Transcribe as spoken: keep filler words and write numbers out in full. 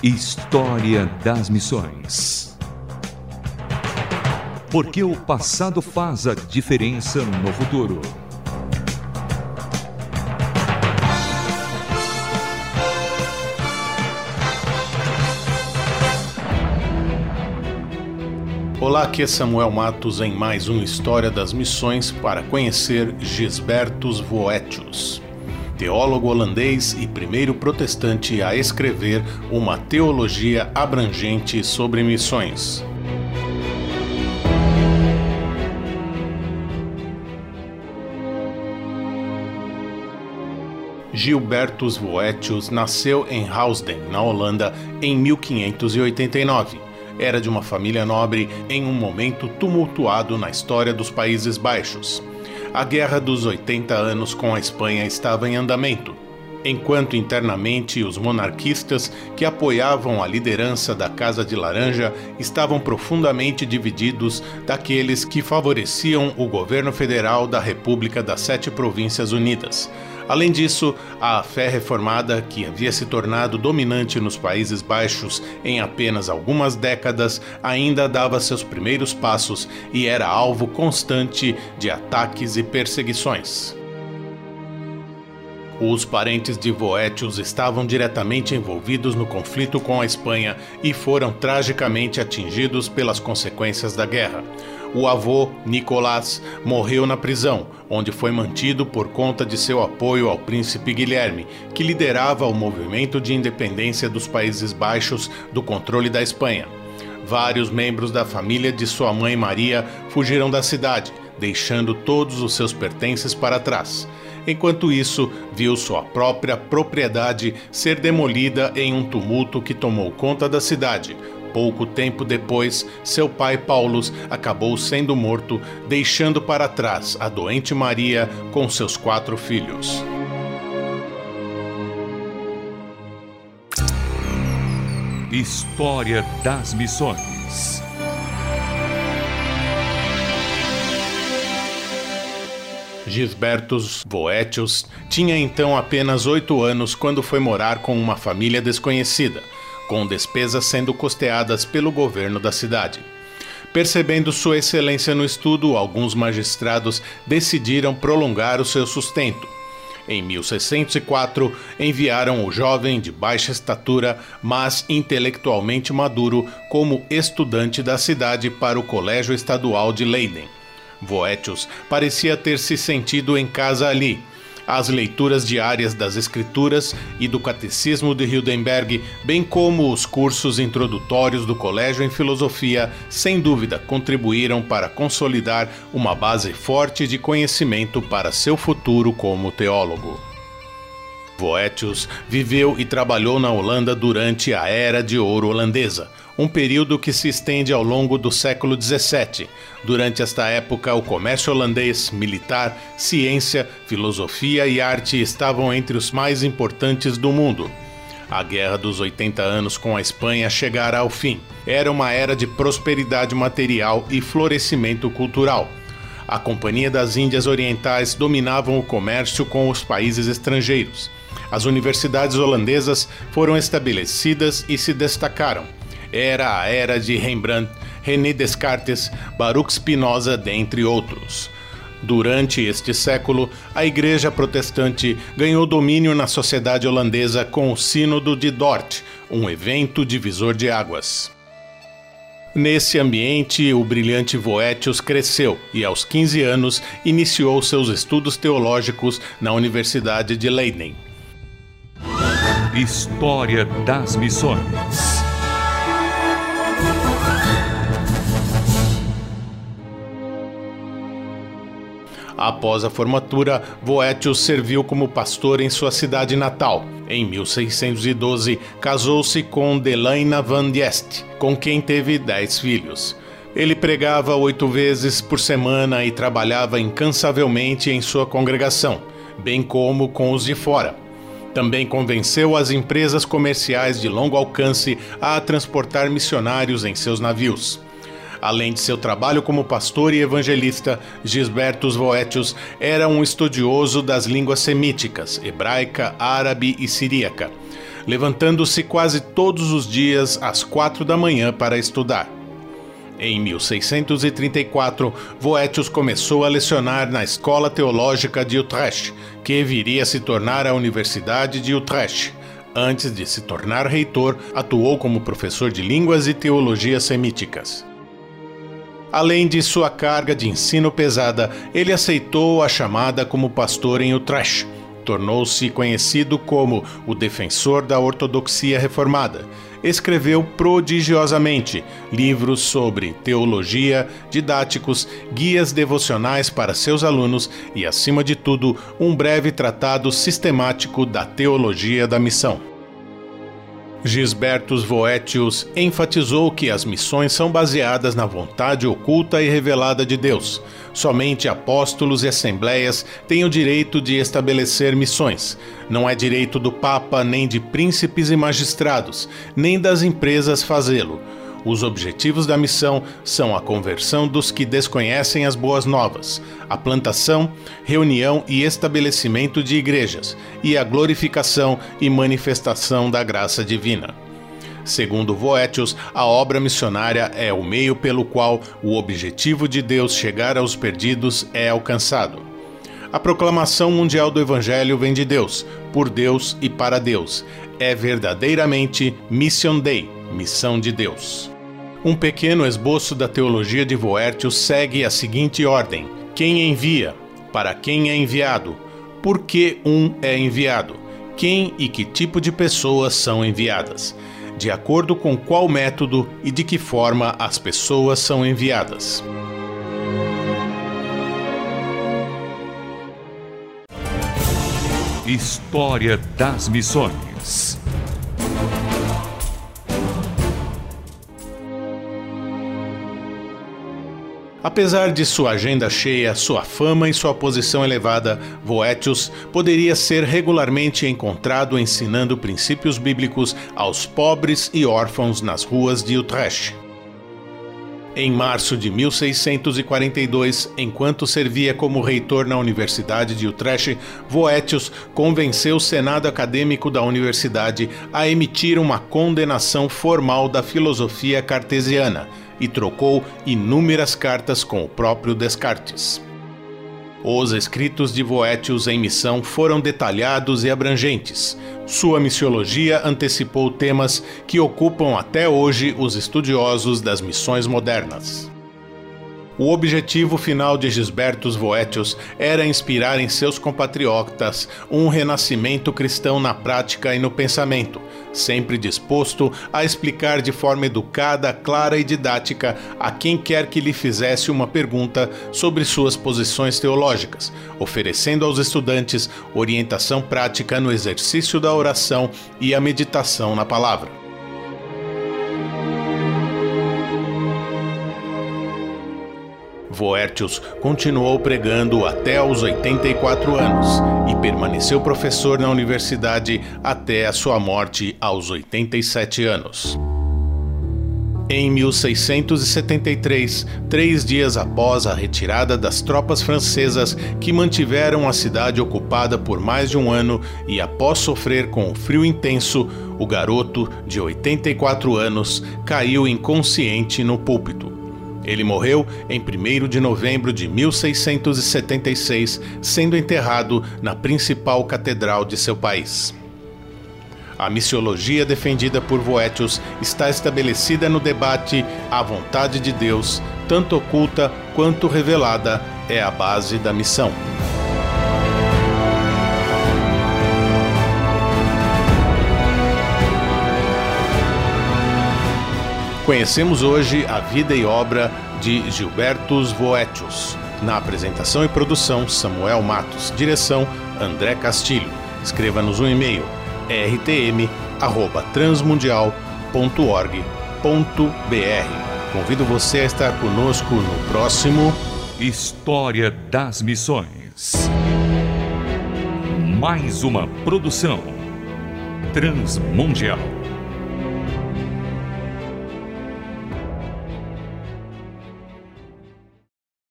História das Missões. Porque o passado faz a diferença no futuro. Olá, aqui é Samuel Matos em mais um História das Missões para conhecer Gisbertus Voetius, teólogo holandês e primeiro protestante a escrever uma teologia abrangente sobre missões. Gilbertus Voetius nasceu em Housden, na Holanda, em mil quinhentos e oitenta e nove. Era de uma família nobre em um momento tumultuado na história dos Países Baixos. A Guerra dos oitenta anos com a Espanha estava em andamento, enquanto internamente os monarquistas que apoiavam a liderança da Casa de Laranja estavam profundamente divididos daqueles que favoreciam o governo federal da República das Sete Províncias Unidas. Além disso, a fé reformada, que havia se tornado dominante nos Países Baixos em apenas algumas décadas, ainda dava seus primeiros passos e era alvo constante de ataques e perseguições. Os parentes de Voetius estavam diretamente envolvidos no conflito com a Espanha e foram tragicamente atingidos pelas consequências da guerra. O avô, Nicolás, morreu na prisão, onde foi mantido por conta de seu apoio ao príncipe Guilherme, que liderava o movimento de independência dos Países Baixos do controle da Espanha. Vários membros da família de sua mãe Maria fugiram da cidade, deixando todos os seus pertences para trás. Enquanto isso, viu sua própria propriedade ser demolida em um tumulto que tomou conta da cidade. Pouco tempo depois, seu pai Paulus acabou sendo morto, deixando para trás a doente Maria com seus quatro filhos. História das Missões. Gisbertus Voetius tinha então apenas oito anos quando foi morar com uma família desconhecida, com despesas sendo custeadas pelo governo da cidade. Percebendo sua excelência no estudo, alguns magistrados decidiram prolongar o seu sustento. Em mil seiscentos e quatro, enviaram o jovem de baixa estatura, mas intelectualmente maduro, como estudante da cidade para o Colégio Estadual de Leiden. Voetius parecia ter se sentido em casa ali. As leituras diárias das Escrituras e do Catecismo de Heidelberg, bem como os cursos introdutórios do Colégio em Filosofia, sem dúvida contribuíram para consolidar uma base forte de conhecimento para seu futuro como teólogo. Voetius viveu e trabalhou na Holanda durante a Era de Ouro holandesa, um período que se estende ao longo do século dezessete. Durante esta época, o comércio holandês, militar, ciência, filosofia e arte estavam entre os mais importantes do mundo. A Guerra dos oitenta anos com a Espanha chegara ao fim. Era uma era de prosperidade material e florescimento cultural. A Companhia das Índias Orientais dominavam o comércio com os países estrangeiros. As universidades holandesas foram estabelecidas e se destacaram. Era a era de Rembrandt, René Descartes, Baruch Spinoza, dentre outros. Durante este século, a Igreja Protestante ganhou domínio na sociedade holandesa com o Sínodo de Dort, um evento divisor de águas. Nesse ambiente, o brilhante Voetius cresceu e, aos quinze anos, iniciou seus estudos teológicos na Universidade de Leiden. História das Missões. Após a formatura, Voetius serviu como pastor em sua cidade natal. Em mil seiscentos e doze, casou-se com Delaina van Diest, com quem teve dez filhos. Ele pregava oito vezes por semana e trabalhava incansavelmente em sua congregação, bem como com os de fora. Também convenceu as empresas comerciais de longo alcance a transportar missionários em seus navios. Além de seu trabalho como pastor e evangelista, Gisbertus Voetius era um estudioso das línguas semíticas, hebraica, árabe e siríaca. levantando-se quase todos os dias às quatro da manhã para estudar. Em mil seiscentos e trinta e quatro, Voetius começou a lecionar na Escola Teológica de Utrecht, que viria a se tornar a Universidade de Utrecht. Antes de se tornar reitor, atuou como professor de línguas e teologia semíticas. Além de sua carga de ensino pesada, ele aceitou a chamada como pastor em Utrecht. Tornou-se conhecido como o defensor da ortodoxia reformada. Escreveu prodigiosamente livros sobre teologia, didáticos, guias devocionais para seus alunos e, acima de tudo, um breve tratado sistemático da teologia da missão. Gisbertus Voetius enfatizou que as missões são baseadas na vontade oculta e revelada de Deus. Somente apóstolos e assembleias têm o direito de estabelecer missões. Não é direito do Papa, nem de príncipes e magistrados, nem das empresas fazê-lo. Os objetivos da missão são a conversão dos que desconhecem as boas novas, a plantação, reunião e estabelecimento de igrejas, e a glorificação e manifestação da graça divina. Segundo Voetius, a obra missionária é o meio pelo qual o objetivo de Deus chegar aos perdidos é alcançado. A proclamação mundial do Evangelho vem de Deus, por Deus e para Deus. É verdadeiramente Mission Dei, missão de Deus. Um pequeno esboço da teologia de Voetius segue a seguinte ordem: quem envia? Para quem é enviado? Por que um é enviado? Quem e que tipo de pessoas são enviadas? De acordo com qual método e de que forma as pessoas são enviadas. História das Missões. Apesar de sua agenda cheia, sua fama e sua posição elevada, Voetius poderia ser regularmente encontrado ensinando princípios bíblicos aos pobres e órfãos nas ruas de Utrecht. Em março de mil seiscentos e quarenta e dois, enquanto servia como reitor na Universidade de Utrecht, Voetius convenceu o Senado Acadêmico da Universidade a emitir uma condenação formal da filosofia cartesiana e trocou inúmeras cartas com o próprio Descartes. Os escritos de Voetius em missão foram detalhados e abrangentes. Sua missiologia antecipou temas que ocupam até hoje os estudiosos das missões modernas. O objetivo final de Gisbertus Voetius era inspirar em seus compatriotas um renascimento cristão na prática e no pensamento, sempre disposto a explicar de forma educada, clara e didática a quem quer que lhe fizesse uma pergunta sobre suas posições teológicas, oferecendo aos estudantes orientação prática no exercício da oração e a meditação na palavra. Voetius continuou pregando até aos oitenta e quatro anos e permaneceu professor na universidade até a sua morte aos oitenta e sete anos. Em mil seiscentos e setenta e três, três dias após a retirada das tropas francesas que mantiveram a cidade ocupada por mais de um ano e após sofrer com o frio intenso, o garoto, de oitenta e quatro anos, caiu inconsciente no púlpito. Ele morreu em primeiro de novembro de mil seiscentos e setenta e seis, sendo enterrado na principal catedral de seu país. A missiologia defendida por Voetius está estabelecida no debate A vontade de Deus, tanto oculta quanto revelada, é a base da missão. Conhecemos hoje a vida e obra de Gisbertus Voetius. Na apresentação e produção, Samuel Matos. Direção, André Castilho. Escreva-nos um e-mail, r t m arroba transmundial ponto org ponto b r. Convido você a estar conosco no próximo História das Missões. Mais uma produção Transmundial.